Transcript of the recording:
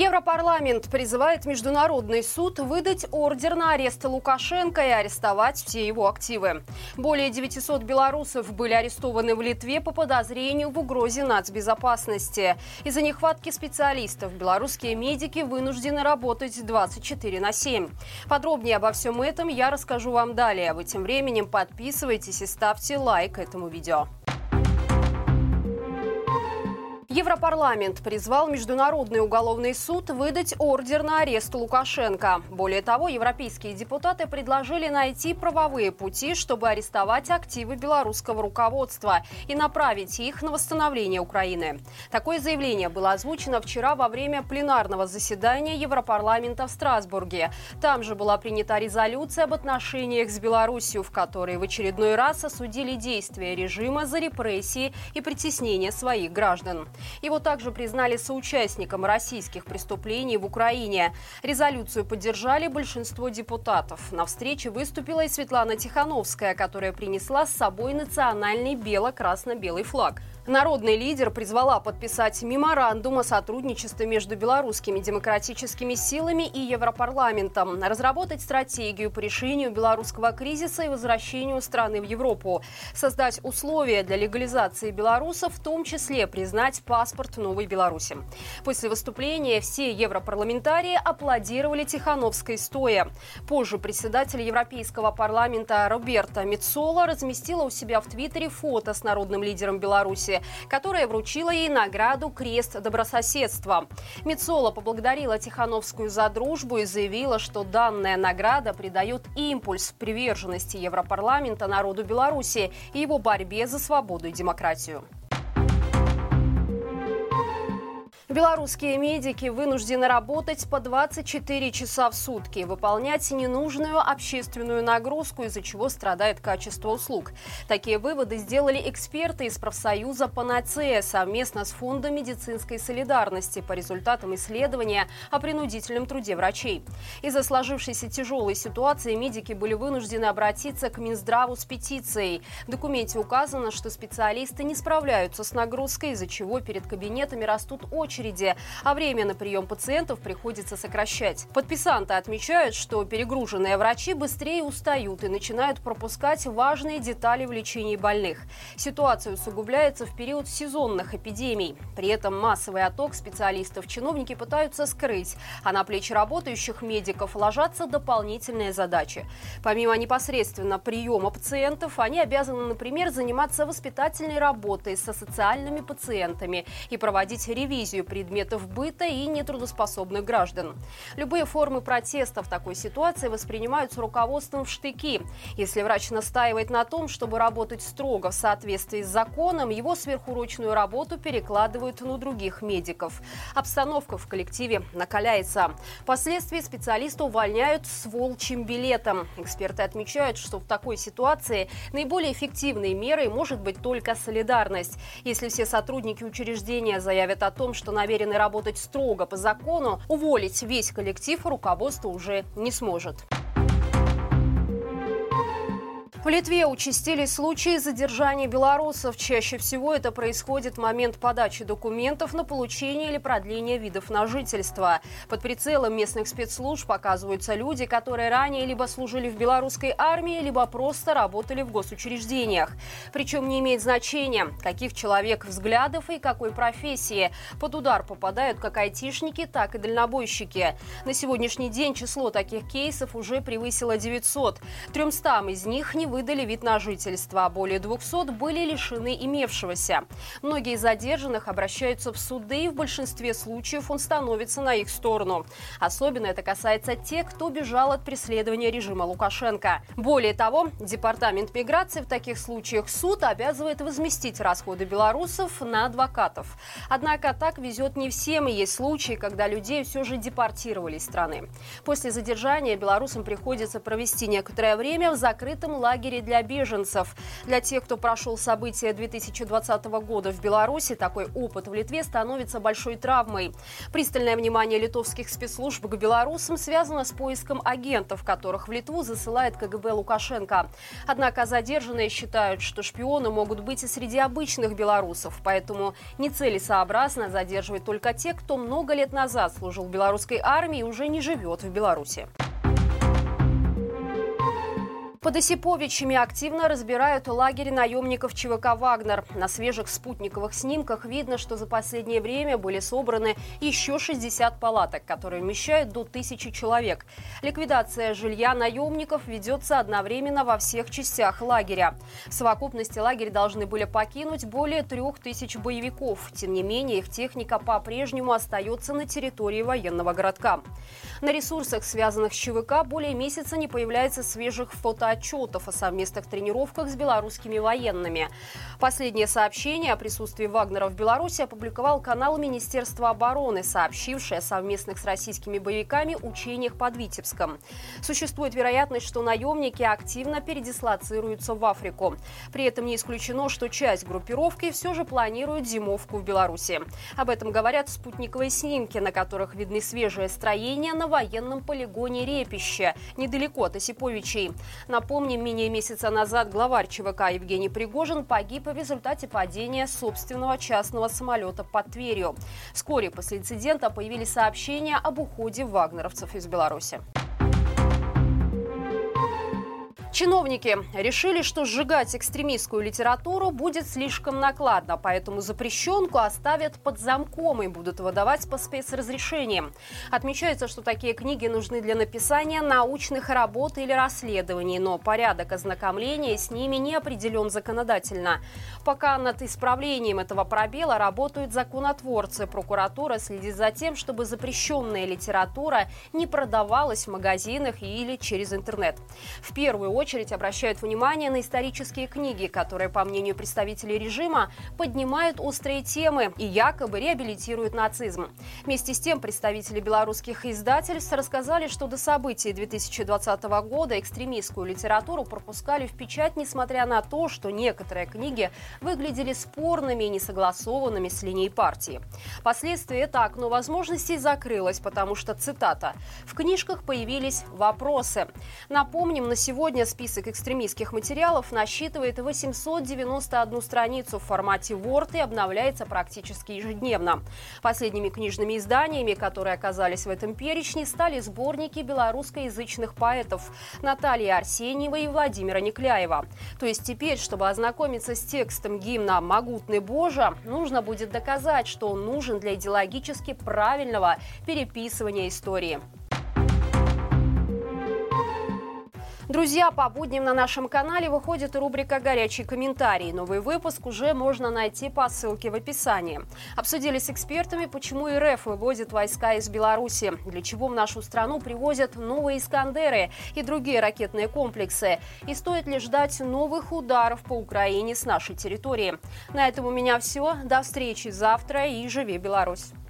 Европарламент призывает Международный суд выдать ордер на арест Лукашенко и арестовать все его активы. Более 900 белорусов были арестованы в Литве по подозрению в угрозе нацбезопасности. Из-за нехватки специалистов белорусские медики вынуждены работать 24/7. Подробнее обо всем этом я расскажу вам далее. Вы тем временем подписывайтесь и ставьте лайк этому видео. Европарламент призвал Международный уголовный суд выдать ордер на арест Лукашенко. Более того, европейские депутаты предложили найти правовые пути, чтобы арестовать активы белорусского руководства и направить их на восстановление Украины. Такое заявление было озвучено вчера во время пленарного заседания Европарламента в Страсбурге. Там же была принята резолюция об отношениях с Беларусью, в которой в очередной раз осудили действия режима за репрессии и притеснение своих граждан. Его также признали соучастником российских преступлений в Украине. Резолюцию поддержали большинство депутатов. На встрече выступила и Светлана Тихановская, которая принесла с собой национальный бело-красно-белый флаг. Народный лидер призвала подписать меморандум о сотрудничестве между белорусскими демократическими силами и Европарламентом, разработать стратегию по решению белорусского кризиса и возвращению страны в Европу, создать условия для легализации белорусов, в том числе признать паспорт Новой Беларуси. После выступления все европарламентарии аплодировали Тихановской стоя. Позже председатель Европейского парламента Роберта Мецола разместила у себя в Твиттере фото с народным лидером Беларуси, которая вручила ей награду «Крест добрососедства». Мецола поблагодарила Тихановскую за дружбу и заявила, что данная награда придает импульс приверженности Европарламента народу Беларуси и его борьбе за свободу и демократию. Белорусские медики вынуждены работать по 24 часа в сутки, выполнять ненужную общественную нагрузку, из-за чего страдает качество услуг. Такие выводы сделали эксперты из профсоюза «Панацея» совместно с Фондом медицинской солидарности по результатам исследования о принудительном труде врачей. Из-за сложившейся тяжелой ситуации медики были вынуждены обратиться к Минздраву с петицией. В документе указано, что специалисты не справляются с нагрузкой, из-за чего перед кабинетами растут очереди, а время на прием пациентов приходится сокращать. Подписанты отмечают, что перегруженные врачи быстрее устают и начинают пропускать важные детали в лечении больных. Ситуация усугубляется в период сезонных эпидемий. При этом массовый отток специалистов чиновники пытаются скрыть, а на плечи работающих медиков ложатся дополнительные задачи. Помимо непосредственно приема пациентов, они обязаны, например, заниматься воспитательной работой со социальными пациентами и проводить ревизию предметов быта и нетрудоспособных граждан. Любые формы протеста в такой ситуации воспринимаются руководством в штыки. Если врач настаивает на том, чтобы работать строго в соответствии с законом, его сверхурочную работу перекладывают на других медиков. Обстановка в коллективе накаляется. Впоследствии специалиста увольняют с волчьим билетом. Эксперты отмечают, что в такой ситуации наиболее эффективной мерой может быть только солидарность. Если все сотрудники учреждения заявят о том, что намерены работать строго по закону, уволить весь коллектив руководство уже не сможет. В Литве участились случаи задержания белорусов. Чаще всего это происходит в момент подачи документов на получение или продление видов на жительство. Под прицелом местных спецслужб оказываются люди, которые ранее либо служили в белорусской армии, либо просто работали в госучреждениях. Причем не имеет значения, каких человек взглядов и какой профессии. Под удар попадают как айтишники, так и дальнобойщики. На сегодняшний день число таких кейсов уже превысило 900. 300 из них не выдали вид на жительство, а более 200 были лишены имевшегося. Многие из задержанных обращаются в суды, и в большинстве случаев он становится на их сторону. Особенно это касается тех, кто бежал от преследования режима Лукашенко. Более того, Департамент миграции в таких случаях суд обязывает возместить расходы белорусов на адвокатов. Однако так везет не всем, и есть случаи, когда людей все же депортировали из страны. После задержания белорусам приходится провести некоторое время в закрытом лагере лагере для беженцев. Для тех, кто прошел события 2020 года в Беларуси, такой опыт в Литве становится большой травмой. Пристальное внимание литовских спецслужб к белорусам связано с поиском агентов, которых в Литву засылает КГБ Лукашенко. Однако задержанные считают, что шпионы могут быть и среди обычных белорусов, поэтому нецелесообразно задерживать только тех, кто много лет назад служил в белорусской армии и уже не живет в Беларуси. Под Осиповичами активно разбирают лагерь наемников ЧВК «Вагнер». На свежих спутниковых снимках видно, что за последнее время были собраны еще 60 палаток, которые вмещают до 1000 человек. Ликвидация жилья наемников ведется одновременно во всех частях лагеря. В совокупности лагерь должны были покинуть более 3000 боевиков. Тем не менее, их техника по-прежнему остается на территории военного городка. На ресурсах, связанных с ЧВК, более месяца не появляется свежих фотоотчетов о совместных тренировках с белорусскими военными. Последнее сообщение о присутствии Вагнера в Беларуси опубликовал канал Министерства обороны, сообщивший о совместных с российскими боевиками учениях под Витебском. Существует вероятность, что наемники активно передислоцируются в Африку. При этом не исключено, что часть группировки все же планирует зимовку в Беларуси. Об этом говорят спутниковые снимки, на которых видны свежее строение на военном полигоне Репище, недалеко от Осиповичей. Напомним, менее месяца назад главарь ЧВК Евгений Пригожин погиб в результате падения собственного частного самолета под Тверью. Вскоре после инцидента появились сообщения об уходе вагнеровцев из Беларуси. Чиновники решили, что сжигать экстремистскую литературу будет слишком накладно, поэтому запрещенку оставят под замком и будут выдавать по спецразрешениям. Отмечается, что такие книги нужны для написания научных работ или расследований, но порядок ознакомления с ними не определен законодательно. Пока над исправлением этого пробела работают законотворцы. Прокуратура следит за тем, чтобы запрещенная литература не продавалась в магазинах или через интернет. В первую очередь обращают внимание на исторические книги, которые, по мнению представителей режима, поднимают острые темы и якобы реабилитируют нацизм. Вместе с тем, представители белорусских издательств рассказали, что до событий 2020 года экстремистскую литературу пропускали в печать, несмотря на то, что некоторые книги выглядели спорными и несогласованными с линией партии. Впоследствии это окно возможностей закрылось, потому что, цитата, «в книжках появились вопросы». Напомним, на сегодня список экстремистских материалов насчитывает 891 страницу в формате Word и обновляется практически ежедневно. Последними книжными изданиями, которые оказались в этом перечне, стали сборники белорусскоязычных поэтов Натальи Арсеньевой и Владимира Некляева. То есть теперь, чтобы ознакомиться с текстом гимна «Могутный Боже», нужно будет доказать, что он нужен для идеологически правильного переписывания истории. Друзья, по будням на нашем канале выходит рубрика «Горячий комментарий». Новый выпуск уже можно найти по ссылке в описании. Обсудили с экспертами, почему РФ выводит войска из Беларуси, для чего в нашу страну привозят новые «Искандеры» и другие ракетные комплексы, и стоит ли ждать новых ударов по Украине с нашей территории. На этом у меня все. До встречи завтра и живи Беларусь!